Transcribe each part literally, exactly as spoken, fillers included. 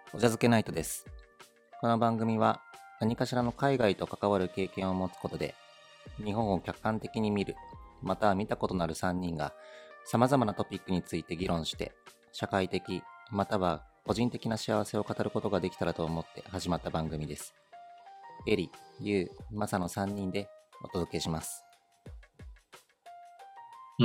お茶漬けナイトです。この番組は何かしらの海外と関わる経験を持つことで日本を客観的に見る、または見たことのあるさんにんが様々なトピックについて議論して社会的または個人的な幸せを語ることができたらと思って始まった番組です。エリ、ユウ、マサのさんにんでお届けします。 うん。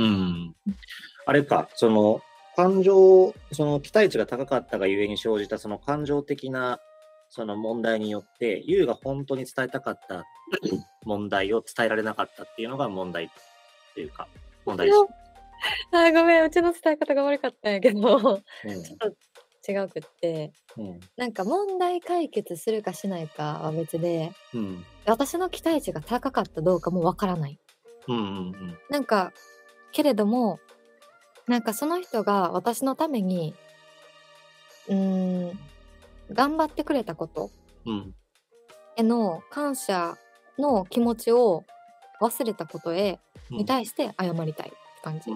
あれか、その感情、その期待値が高かったがゆえに生じたその感情的なその問題によって、ユウが本当に伝えたかった問題を伝えられなかったっていうのが問題っていうか、問題意識。 あーごめん、うちの伝え方が悪かったんやけど、 うん、 ちょっと違うくって、 うん、 なんか問題解決するかしないかは別で、 うん、 私の期待値が高かったどうかもわからない。 うん、うん、 なんか、けれども、なんかその人が私のために、うーん、頑張ってくれたことうん、 への感謝の気持ちを忘れたことへ、 うんに対して謝りたいって感じ。 うん、うん、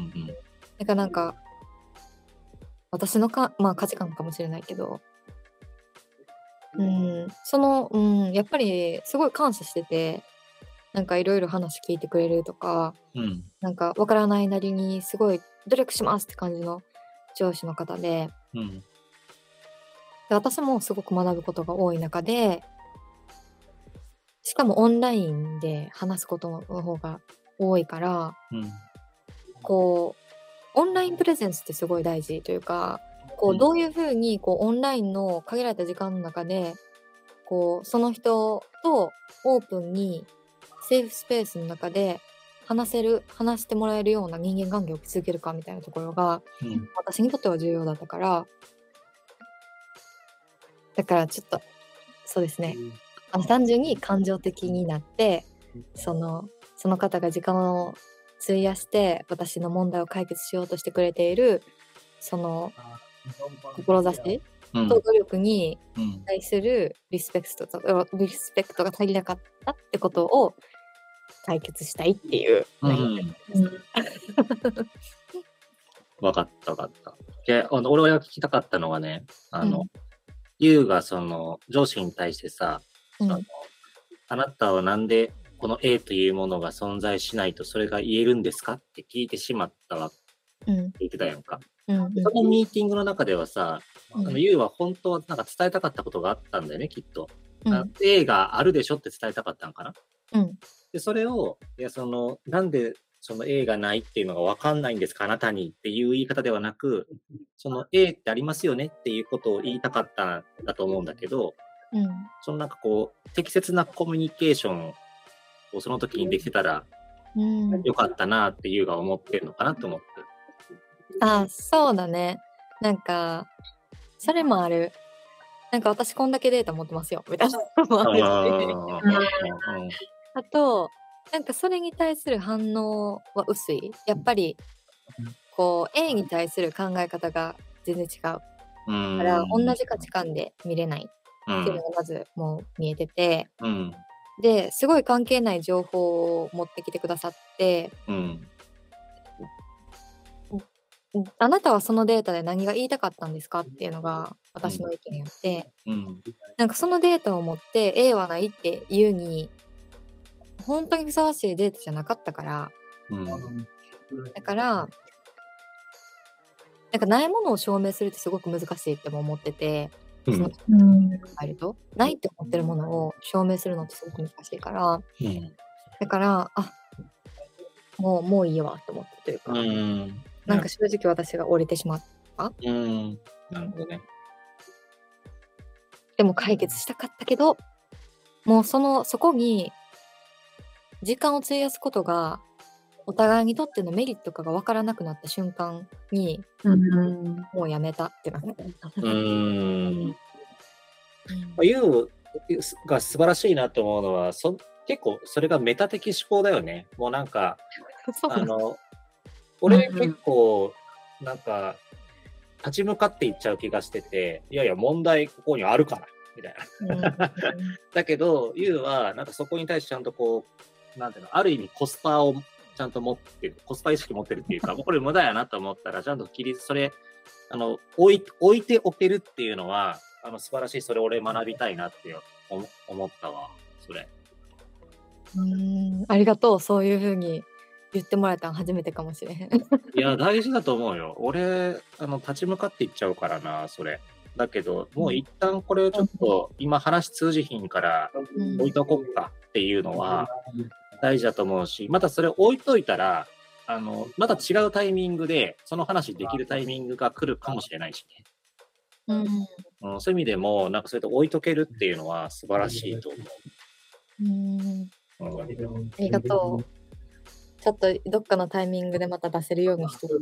だからなんか、私のか、まあ価値観かもしれないけど、うん、その、うん、やっぱりすごい感謝してて、なんかいろいろ話聞いてくれるとか、 うん、 なんかわからないなりにすごい努力しますって感じの上司の方で、 うん、 で私もすごく学ぶことが多い中で、しかもオンラインで話すことの方が多いから、 うん、 こう、オンラインプレゼンスってすごい大事というか、こううんどういうふうにこうオンラインの限られた時間の中で、こうその人とオープンにセーフスペースの中で話せる、話してもらえるような人間関係を築けるかみたいなところがうん私にとっては重要だったから、だからちょっとそうですね。あの単純に感情的になって、そのその方が時間を費やして私の問題を解決しようとしてくれているその志うん、 と努力にうん対するリスペクトとリスペクトが足りなかったってことを解決したいっていう内容です。 わかったわかった。で、あの俺が聞きたかったのはね、あの、 うんユウがその上司に対してさ、 うんそのあなたはなんでこの A というものが存在しないとそれが言えるんですかって聞いてしまったわってうん言ってたやんか。 うんそのミーティングの中ではさ、 うんあのユウは本当はなんか伝えたかったことがあったんだよね、きっと。 うんあ A があるでしょって伝えたかったんかな。 うんで、それを、いや、その、なんでその A がないっていうのがわかんないんですか、あなたにっていう言い方ではなく、その A ってありますよねっていうことを言いたかったんだと思うんだけど、 うんそのなんかこう、適切なコミュニケーションをその時にできてたらうんよかったなっていうが思ってるのかなと思って。 あ、そうだね。なんかそれもある。なんか私こんだけデータ持ってますよみたいなのもあるし、あとなんかそれに対する反応は薄い。やっぱりこう A に対する考え方が全然違うかうんら、同じ価値観で見れないっていうのがまずもう見えてて、 うんですごい関係ない情報を持ってきてくださって、 うんあなたはそのデータで何が言いたかったんですかっていうのが私の意見やって、 うんなんかそのデータを持って A はないって言うに本当にふさわしいデータじゃなかったから、 うんだからなんかないものを証明するってすごく難しいっても思ってて、 うんその考えるとないって思ってるものを証明するのってすごく難しいから、 うんだからあもうもういいわと思ってというか、 うんなんか正直私が折れてしまった。 うんなるほどね。 でも解決したかったけど、もうそのそこに時間を費やすことがお互いにとってのメリットかが分からなくなった瞬間に、 うんもうやめたってなった。 うーん。ユウが素晴らしいなと思うのは、そ結構それがメタ的思考だよね。もうなんか、 そうあの、俺結構、なんか、立ち向かっていっちゃう気がしてて、いやいや、問題ここにあるから、みたいな。だけど、ユウは、なんかそこに対してちゃんとこう、なんていうの、ある意味コスパをちゃんと持ってる、コスパ意識持ってるっていうか、もうこれ無駄やなと思ったら、ちゃんと切り、それ、あの、置い、置いておけるっていうのは、あの、素晴らしい、それ俺学びたいなって思思ったわ、それ。 うーん、ありがとう。そういう風に言ってもらえたん初めてかもしれへん。 いや、大事だと思うよ。俺、あの、立ち向かっていっちゃうからな、それ。だけど、もう一旦これをちょっと、今話通じひんからうん置いとこっかっていうのは大事だと思うし、またそれ置いといたら、あの、また違うタイミングで、その話できるタイミングが来るかもしれないしね。 うんうん、そういう意味でも、なんかそうやって置いとけるっていうのは素晴らしいと思うんう。うん、 ありがとう。ちょっとどっかのタイミングでまた出せるようにしてる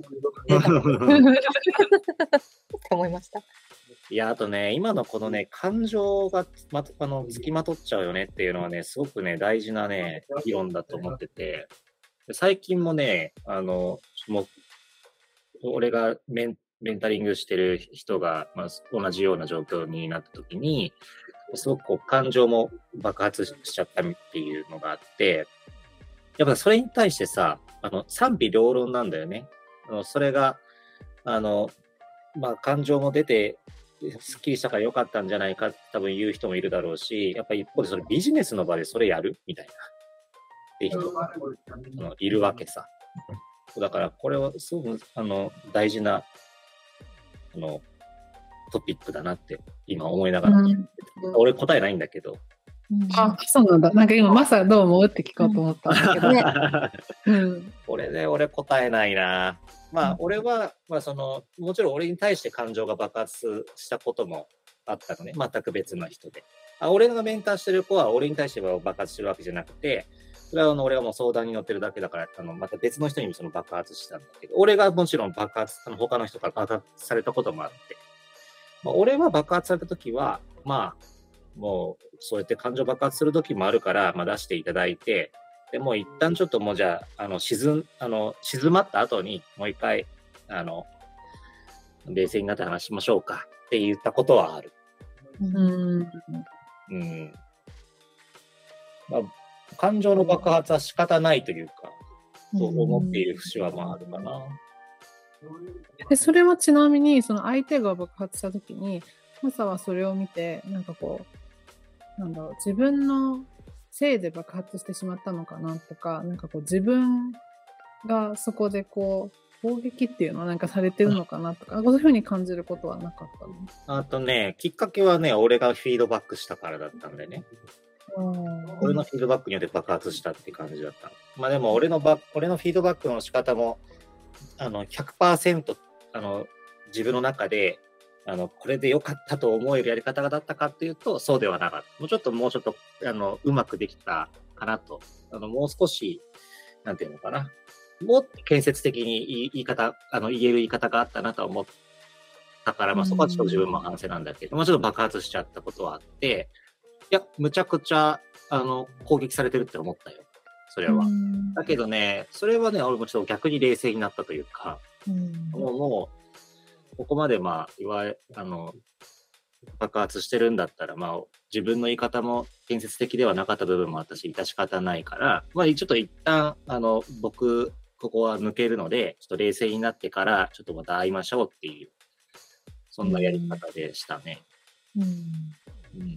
って思いました。 いや、あとね、今のこのね、感情がまあのつきまとっちゃうよねっていうのはね、すごくね、大事なね、議論だと思ってて、で最近もね、あの、もう、俺がメンメンタリングしてる人が、まあ、同じような状況になった時に、すごくこう感情も爆発しちゃったっていうのがあって、やっぱそれに対してさ、あの、賛否両論なんだよね。あのそれが、あの、まあ、感情も出て、すっきりしたから良かったんじゃないかって多分言う人もいるだろうし、やっぱり一方でそれビジネスの場でそれやるみたいな、っていう人があのいるわけさ。だからこれはすごくあの大事なあのトピックだなって今思いながら、 うん俺答えないんだけど。 あ、そうなんだ。なんか今、マサどう思うって聞こうと思ったんだけど。 ねうん。 これね、俺答えないな。まあ、俺は、まあ、その、もちろん俺に対して感情が爆発したこともあったのね。全く別の人で。あ俺がメンターしてる子は俺に対しては爆発してるわけじゃなくて、それはあの俺はもう相談に乗ってるだけだから、あのまた別の人にその爆発したんだけど、俺がもちろん爆発、あの他の人から爆発されたこともあって、まあ、俺は爆発された時は、まあ、もうそうやって感情爆発する時もあるから、まあ、出していただいて、でもう一旦ちょっともうじゃあ、あの沈んあの静まった後にもう一回あの冷静になって話しましょうかって言ったことはある。 うん。 うん。まあ、感情の爆発は仕方ないというか、と思っている節はまああるかな。 で、それはちなみに、その相手が爆発したときに、マサはそれを見て、なんかこう、なんだろう、自分のせいで爆発してしまったのかなとか、なんかこう自分がそこでこう、攻撃っていうのはなんかされてるのかなとか、そういうふうに感じることはなかったの？ あとね、きっかけはね、俺がフィードバックしたからだったんでね。俺のフィードバックによって爆発したって感じだった。まあでも俺のバ俺のフィードバックの仕方も、あの、ひゃくパーセント、あの、自分の中で、あの、これで良かったと思えるやり方がだったかっていうと、そうではなかった。もうちょっと、もうちょっと、あの、うまくできたかなと。あの、もう少し、なんていうのかな。もっと建設的に言い言い方、あの、言える言い方があったなとは思ったから、まあそこはちょっと自分も反省なんだけど、もうちょっと爆発しちゃったことはあって、いや、むちゃくちゃ、あの、攻撃されてるって思ったよ。それは。だけどね、それはね、俺もちょっと逆に冷静になったというか、もう、もう、ここまでまあ、いわゆあの、爆発してるんだったら、まあ、自分の言い方も建設的ではなかった部分もあったし、致し方ないから、まあ、ちょっと一旦、あの、僕、ここは抜けるので、ちょっと冷静になってから、ちょっとまた会いましょうっていう、そんなやり方でしたね。 うんうん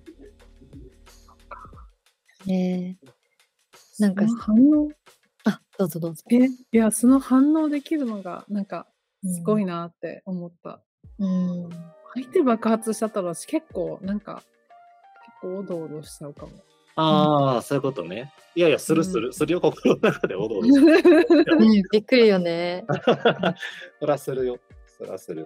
ねえなんかその反応あどうぞどうぞ。 え、いや、その反応できるのが、なんか、すごいなって思った。 うん相手爆発しちゃったら、私結構、なんか、結構おどおどしちゃうかも。 ああ、そういうことね。いやいや、するする、するよ、心の中でおどおどする。 ねびっくりよね。 そらするよ。そらする。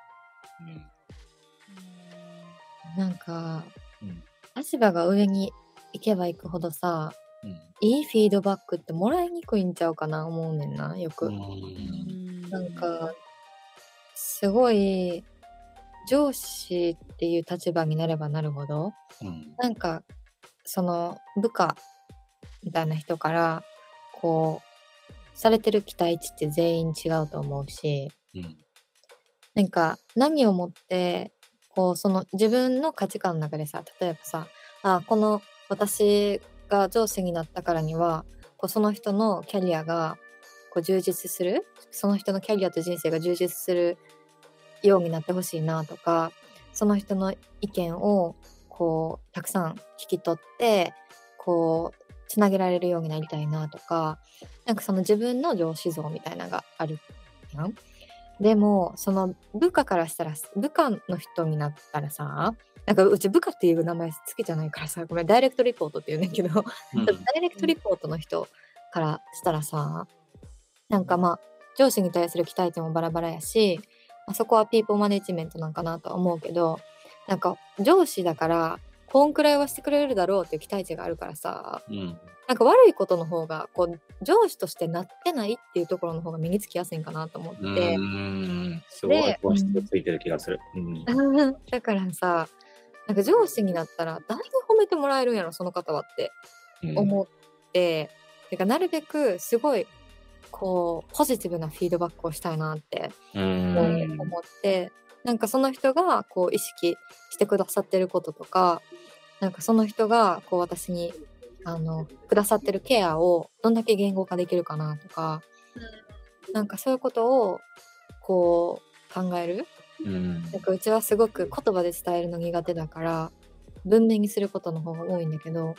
なんか、 うん足場が上に行けば行くほどさ、 うんいいフィードバックってもらいにくいんちゃうかな思うねんな、よく。 うんなんか、すごい、上司っていう立場になればなるほど、 うんなんか、その部下みたいな人から、こう、されてる期待値って全員違うと思うし、 うんなんか何をもってこうその自分の価値観の中でさ、例えばさ、あこの私が上司になったからにはこうその人のキャリアがこう充実する、その人のキャリアと人生が充実するようになってほしいなとか、その人の意見をこうたくさん聞き取ってこうつなげられるようになりたいなとか、なんかその自分の上司像みたいなのがあるやん。でもその部下からしたら、部下の人になったらさ、なんかうち部下っていう名前好きじゃないからさ、ごめん、ダイレクトリポートって言うんだけど、 うんダイレクトリポートの人からしたらさ、なんかまあ上司に対する期待値もバラバラやし、まあ、そこはピーポーマネジメントなんかなとは思うけど、なんか上司だからこんくらいはしてくれるだろうっていう期待値があるからさ、 うんなんか悪いことの方がこう上司としてなってないっていうところの方が身につきやすいんかなと思っうて、 ーんすごいで本質がついてる気がする。うんだからさ、なんか上司になったら誰に褒めてもらえるんやろその方はってうん思って、てかなるべくすごいこうポジティブなフィードバックをしたいなってうこんう思って、なんかその人がこう意識してくださってることとか、なんかその人がこう私にあのくださってるケアをどんだけ言語化できるかなとか、なんかそういうことをこう考える。 うんなんかうちはすごく言葉で伝えるの苦手だから文面にすることの方が多いんだけど、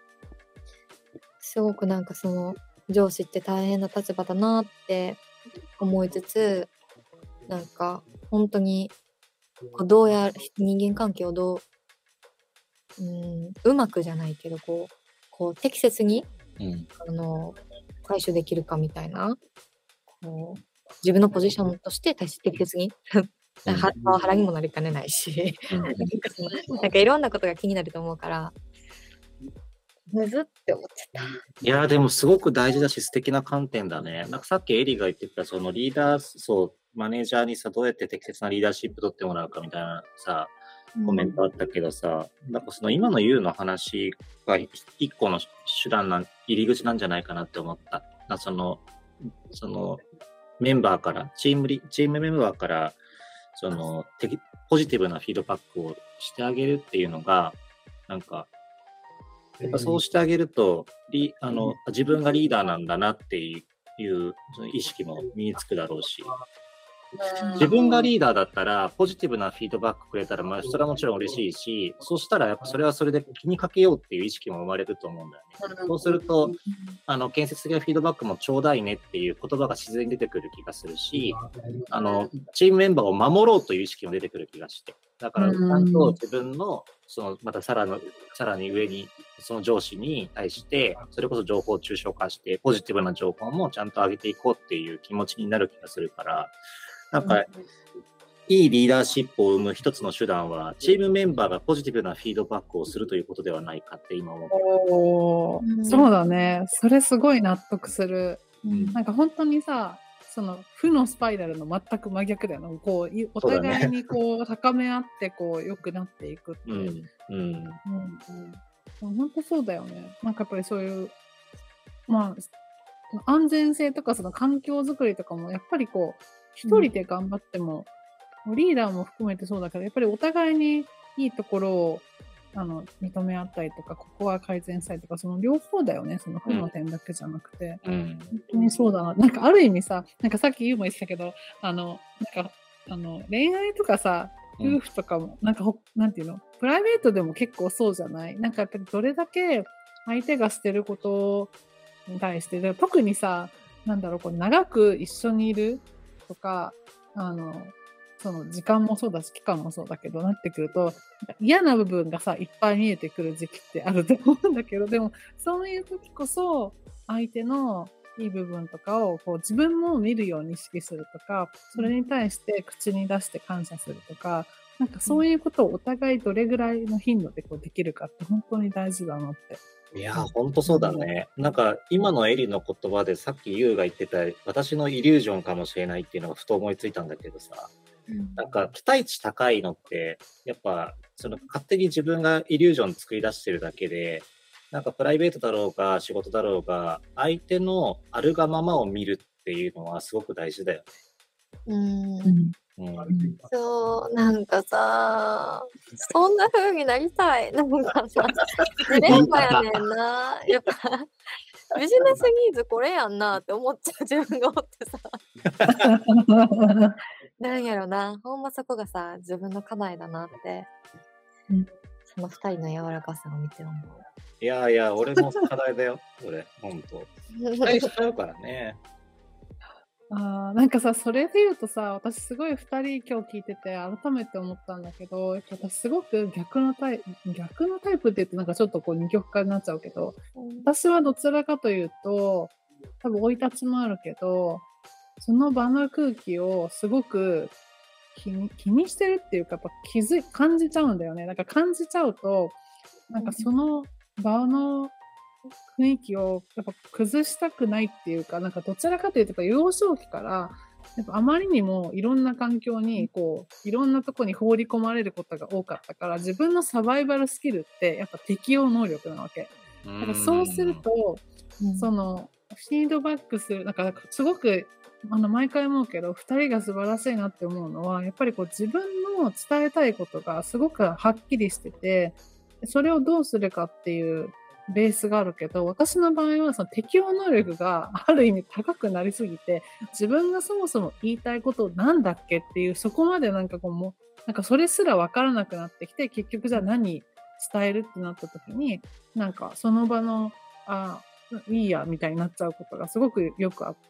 すごくなんかその上司って大変な立場だなって思いつつ、なんか本当にこうどうや人間関係をどううんうまくじゃないけどこうこう適切にうんあの対処できるかみたいな、こう自分のポジションとして適切にはパワハラにもなりかねないし、 うんなんかそのなんかいろんなことが気になると思うからむずって思ってた。 いやーでもすごく大事だし素敵な観点だね。なんかさっきエリが言ってたそのリーダー層、マネージャーにさどうやって適切なリーダーシップ取ってもらうかみたいなさコメントあったけどさ、なんかその今のユウの話が一個の手段な入り口なんじゃないかなって思った。なそのそのメンバーからチームリチームメンバーからそのてポジティブなフィードバックをしてあげるっていうのがなんかやっぱそうしてあげるとリあの自分がリーダーなんだなっていうその意識も身につくだろうし、自分がリーダーだったらポジティブなフィードバックくれたら、まあ、それはもちろん嬉しいし、そうしたらやっぱそれはそれで気にかけようっていう意識も生まれると思うんだよね。そうするとあの建設的なフィードバックもちょうだいねっていう言葉が自然に出てくる気がするし、あのチームメンバーを守ろうという意識も出てくる気がして、だからちゃんと自分のそのまたさらにさらに上にその上司に対してそれこそ情報を抽象化してポジティブな情報もちゃんと上げていこうっていう気持ちになる気がするから、なんかいいリーダーシップを生む一つの手段はチームメンバーがポジティブなフィードバックをするということではないかって今思って。 おー、 うんそうだね。それすごい納得する。 うんなんか本当にさ、その負のスパイラルの全く真逆だよね。こういおそうだね互いにこう高め合ってこう良くなっていくって。 うんうんうんうん、本当そうだよね。なんかやっぱりそういう、まあ、安全性とかその環境づくりとかもやっぱりこう一人で頑張っても、リーダーも含めてそうだけど、やっぱりお互いにいいところをあの認め合ったりとか、ここは改善したりとか、その両方だよね。その負の点だけじゃなくて。 うん本当にそうだな。なんかある意味さ、なんかさっきユウも言ってたけど、あの、なんか、あの、恋愛とかさ、 うん夫婦とかも、なんかほ、なんていうの、プライベートでも結構そうじゃない？なんかやっぱりどれだけ相手がしてることに対して、で特にさ、なんだろう、こう長く一緒にいるとか、あの、その時間もそうだし、期間もそうだけど、なってくると、なんか嫌な部分がさ、いっぱい見えてくる時期ってあると思うんだけど、でも、そういう時こそ、相手のいい部分とかをこう自分も見るように意識するとか、それに対して口に出して感謝するとか、なんかそういうことをお互いどれぐらいの頻度でこうできるかって本当に大事だなって。 いやー、ほんとそうだね。なんか、今のエリの言葉でさっきユウが言ってた、私のイリュージョンかもしれないっていうのがふと思いついたんだけどさ、なんか、期待値高いのって、やっぱ、その、勝手に自分がイリュージョン作り出してるだけで、なんか、プライベートだろうが、仕事だろうが、相手のあるがままを見るっていうのはすごく大事だようんね。うん。 そう、なんかさ、そんな風になりたい。なんかさ、ジレンマやねんな。やっぱ、 ビジネスニーズこれやんなって思っちゃう自分がおってさ。なんやろな、ほんまそこがさ、自分の課題だなって、 うん、 その二人の柔らかさを見て思う。 いやいや、俺も課題だよ、それ、ほんと。期待しちゃうからね。 あーなんかさ、それで言うとさ、私すごいふたり今日聞いてて改めて思ったんだけど、やっぱ私すごく逆のタイプ、逆のタイプって言ってなんかちょっとこう二極化になっちゃうけど、私はどちらかというと、多分生い立ちもあるけど、その場の空気をすごく気に気にしてるっていうか、やっぱ気づい感じちゃうんだよね。なんか感じちゃうと、なんかその場の雰囲気をやっぱ崩したくないっていうか、なんかどちらかというとやっぱ幼少期からやっぱあまりにもいろんな環境にこういろんなとこに放り込まれることが多かったから、自分のサバイバルスキルってやっぱ適応能力なわけ。だからそうすると、 うんそのフィードバックする、なんかすごくあの毎回思うけど、ふたりが素晴らしいなって思うのは、やっぱりこう自分の伝えたいことがすごくはっきりしてて、それをどうするかっていうベースがあるけど、私の場合はその適応能力がある意味高くなりすぎて、自分がそもそも言いたいことなんだっけっていう、そこまでなんかこうもうなんかそれすら分からなくなってきて、結局じゃあ何伝えるってなった時に、なんかその場のあいいやみたいになっちゃうことがすごくよくあって、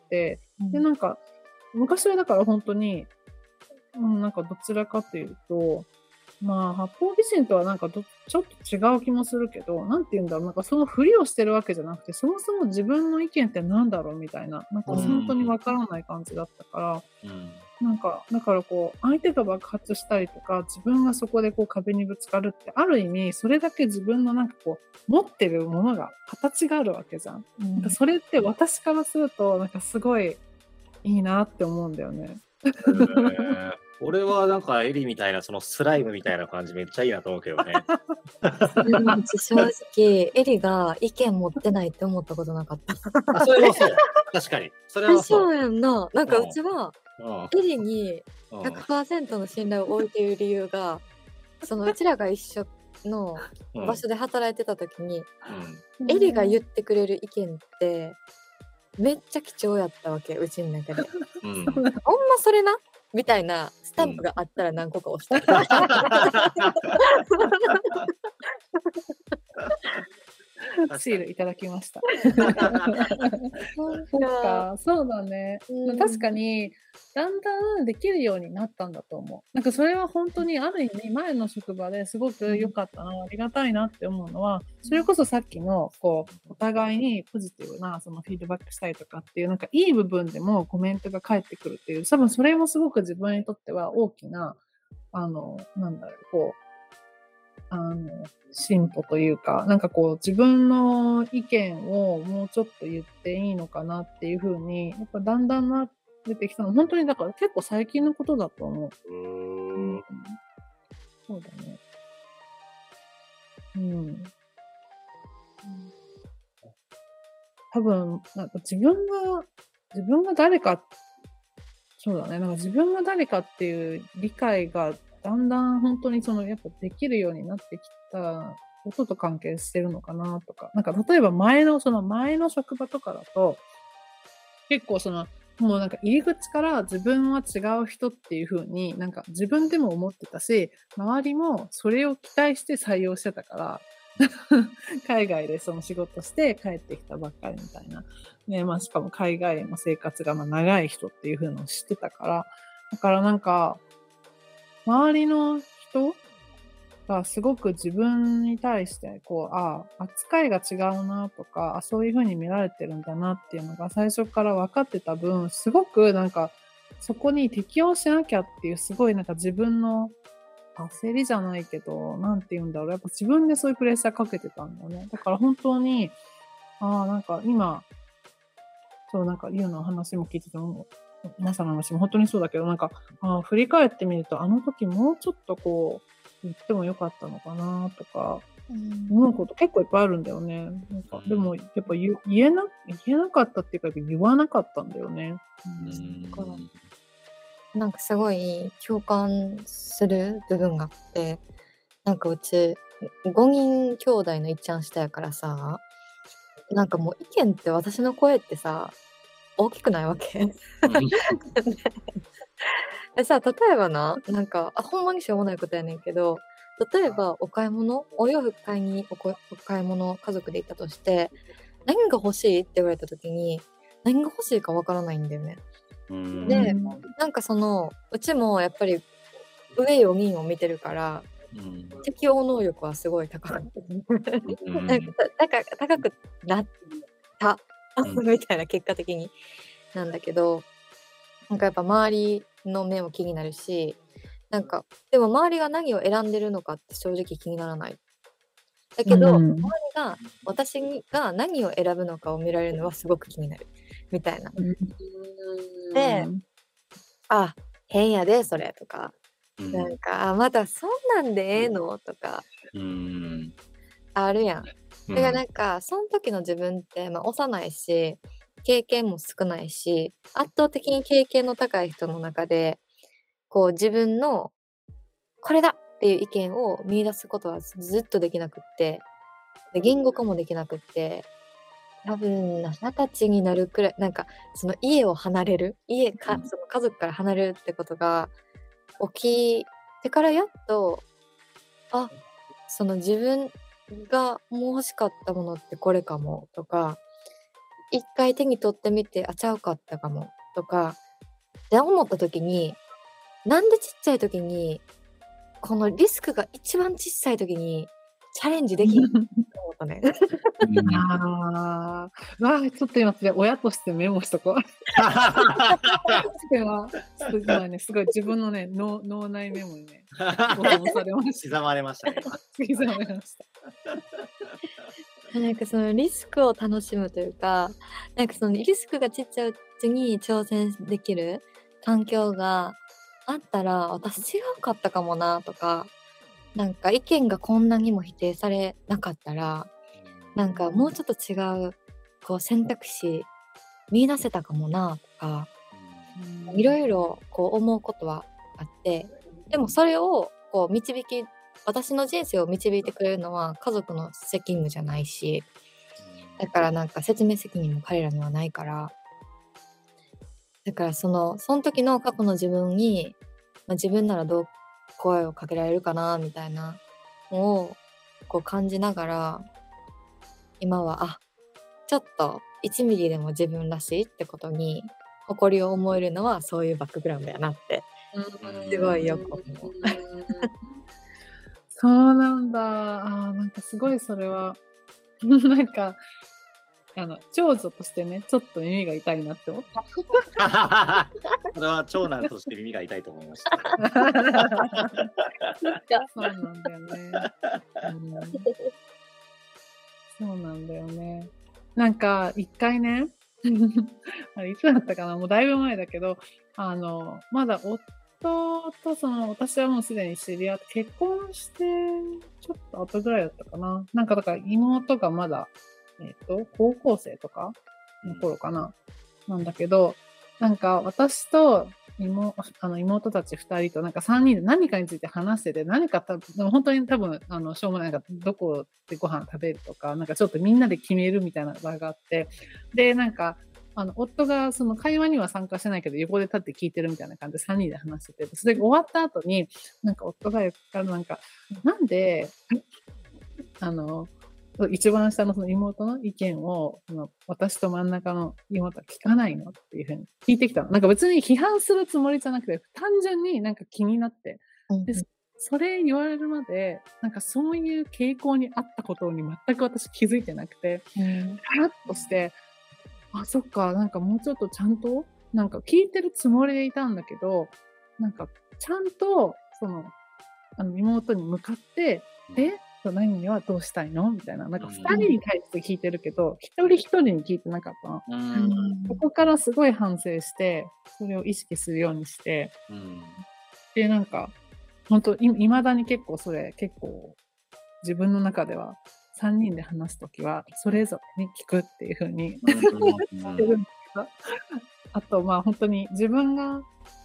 でなんか昔はだから本当に、うん、なんかどちらかというと、まあ、八方美人とはなんかどちょっと違う気もするけど、なんて言うんだろう、なんかそのふりをしてるわけじゃなくて、そもそも自分の意見ってなんだろうみたいな、なんか本当にわからない感じだったから、 うんなんか、だからこう、相手が爆発したりとか、自分がそこでこう壁にぶつかるって、ある意味、それだけ自分のなんかこう、持ってるものが、形があるわけじゃん。なんかそれって私からすると、なんかすごいいいなって思うんだよね。 えー俺はなんかエリみたいなそのスライムみたいな感じめっちゃいいなと思うけどね。 うん正直、エリが意見持ってないって思ったことなかった。 あそれはそう。確かに。それはそそう。 うやんな。なんかうちは、 うんエリにうんひゃくパーセントの信頼を置いている理由が、そのうちらが一緒のうん場所で働いてた時に、 うんエリが言ってくれる意見ってめっちゃ貴重やったわけ、うちの中で。 うんほんまそれなみたいなスタンプがあったら何個か押した。 シールいただきました。 そうそうか、そうだね。 うん確かに、だんだんできるようになったんだと思う。なんかそれは本当にある意味、前の職場ですごく良かったな、ありがたいなって思うのは、それこそさっきの、こう、お互いにポジティブな、そのフィードバックしたりとかっていう、なんかいい部分でもコメントが返ってくるっていう、多分それもすごく自分にとっては大きな、あの、なんだろう、こう、あの、進歩というか、なんかこう自分の意見をもうちょっと言っていいのかなっていう風に、やっぱだんだんな出てきたの。本当にだから結構最近のことだと思う。 うーんそうだね。うん。多分、なんか自分が、自分が誰か、そうだね。なんか自分が誰かっていう理解がだんだん本当にそのやっぱできるようになってきたことと関係してるのかなとか。なんか例えば前のその前の職場とかだと、結構その、もうなんか入り口から自分は違う人っていう風になんか自分でも思ってたし、周りもそれを期待して採用してたから、海外でその仕事して帰ってきたばっかりみたいな。ね、まあしかも海外の生活がまあ長い人っていう風のを知ってたから、だからなんか、周りの人がすごく自分に対して、こう、ああ、扱いが違うなとか、あそういう風に見られてるんだなっていうのが最初から分かってた分、すごくなんか、そこに適応しなきゃっていうすごいなんか自分の焦りじゃないけど、なんて言うんだろう。やっぱ自分でそういうプレッシャーかけてたんだよね。だから本当に、ああ、なんか今、そうなんか、ユウの話も聞いてても、マサの話も本当にそうだけど、なんか、あ振り返ってみると、あの時もうちょっとこう、言ってもよかったのかなとか、思うこと結構いっぱいあるんだよね。なんかでも、やっぱ言言えな、言えなかったっていうか、言わなかったんだよね。 うんだからなんかすごい共感する部分があって、なんかうちごにん兄弟のいっちゃん下やからさ、 なんかもう意見って私の声ってさ、大きくないわけでさ、例えばな、なんか、あ、ほんまにしょうもないことやねんけど、例えばお買い物、お洋服買いにおこお買い物家族で行ったとして、何が欲しいって言われた時に、何が欲しいかわからないんだよね。 うんで、 うんなんかその、うちもやっぱり上よにんを見てるから、 うん適応能力はすごい高くうんなんかた高く高くなったうんみたいな結果的になんだけど、なんかやっぱ周りの目も気になるし、なんかでも周りが何を選んでるのかって正直気にならない。だけど、 うん周りが私が何を選ぶのかを見られるのはすごく気になるみたいな。で、あ、変やでそれとか、 うんなんかあまだそんなんでええのとかうんあるやん。 うんだからなんかその時の自分って、まあ、幼いし経験も少ないし圧倒的に経験の高い人の中でこう自分のこれだっていう意見を見出すことはずっとできなくってで言語化もできなくって多分ななたちになるくらいなんかその家を離れる家か、 うんその家族から離れるってことが起きてからやっとあその自分がもう欲しかったものってこれかもとか一回手に取ってみてあちゃうかったかもとかって思った時になんでちっちゃい時にこのリスクが一番小さい時にチャレンジできんと思ったね。 あーわあちょっと今それ親としてメモしとこう。今すごいねすごい自分のね脳脳内メモにね保存されまし刻まれましたね。 た。刻まれました。 なんかそのリスクを楽しむというかなんかそのリスクがちっちゃいうちに挑戦できる環境があったら私違うかったかもなとかなんか意見がこんなにも否定されなかったらなんかもうちょっと違うこう選択肢見出せたかもなとかいろいろこう思うことはあってでもそれをこう導き私の人生を導いてくれるのは家族の責務じゃないしだからなんか説明責任も彼らにはないからだからそのその時の過去の自分に、まあ、自分ならどう声をかけられるかなみたいなのをこう感じながら今はあちょっといちミリでも自分らしいってことに誇りを思えるのはそういうバックグラウンドやなってすごいよく思う。 そうなんだ。あーなんかすごいそれはなんかあの長女としてねちょっと耳が痛いなって思った。 それは長男として耳が痛いと思いました。 そうなんだよね。うんそうなんだよね。なんか一回ねあれいつだったかなもうだいぶ前だけどあのまだ夫とその私はもうすでに知り合って結婚してちょっと後ぐらいだったかななんかだから妹がまだえっと高校生とかの頃かな、なんだけどなんか私と妹あの妹たちふたりとなんかさんにんで何かについて話してて何か多分本当に多分あのしょうもないなんかどこでご飯食べるとかなんかちょっとみんなで決めるみたいな場があってでなんかあの夫がその会話には参加してないけど横で立って聞いてるみたいな感じでさんにんで話しててそれが終わった後になんか夫が言ったらなんかなんであの一番下のその妹の意見をその私と真ん中の妹は聞かないのっていうふうに聞いてきたの。なんか別に批判するつもりじゃなくて単純になんか気になってでそれ言われるまでなんかそういう傾向にあったことに全く私気づいてなくてカラッとしてあそっかなんかもうちょっとちゃんとなんか聞いてるつもりでいたんだけどなんかちゃんとそのあの妹に向かってえ何はどうしたいのみたいななんかふたりに対して聞いてるけど一人一人に聞いてなかったの、うん、そこからすごい反省してそれを意識するようにして、うん、でなんか本当いまだに結構それ結構自分の中ではさんにんで話すときはそれぞれに聞くっていう風にしてるんですけどあとまあ本当に自分が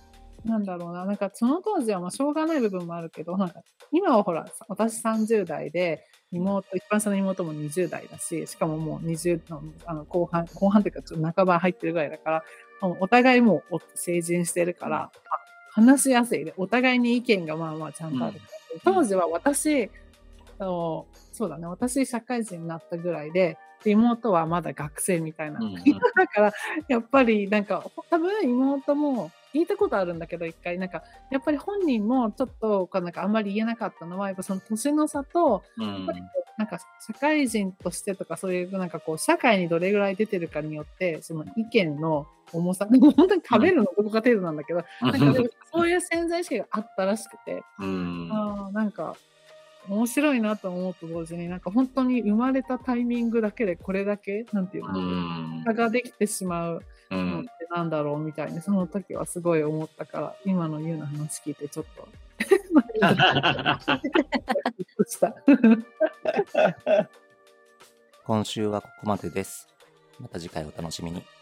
なんだろうな、なんかその当時はまあしょうがない部分もあるけど、なんか今はほら、私さんじゅう代で、妹、一番下の妹もにじゅう代だし、しかももうにじゅうの、あの後半、後半というかちょっと半ば入ってるぐらいだから、もうお互いもうお成人してるから、話しやすいで、お互いに意見がまあまあちゃんとある。当時は私、あのそうだね、私社会人になったぐらいで、で妹はまだ学生みたいな。 うんうんだから、やっぱりなんか、多分妹も聞いたことあるんだけど、一回、なんか、やっぱり本人もちょっと、こうなんかあんまり言えなかったのは、やっぱその年の差と、 うんやっぱりこうなんか社会人としてとか、そういうなんかこう、社会にどれぐらい出てるかによって、その意見の重さ、本当に食べるのどこか程度なんだけど、なんかでもそういう潜在意識があったらしくて、 うんああ、なんか、面白いなと思うと同時に、なんか本当に生まれたタイミングだけでこれだけ、なんていううの、 ん差ができてしまううのっんてなんだろうみたいに、その時はすごい思ったから、今のユウの話聞いてちょっと、した。 今週はここまでです。また次回お楽しみに。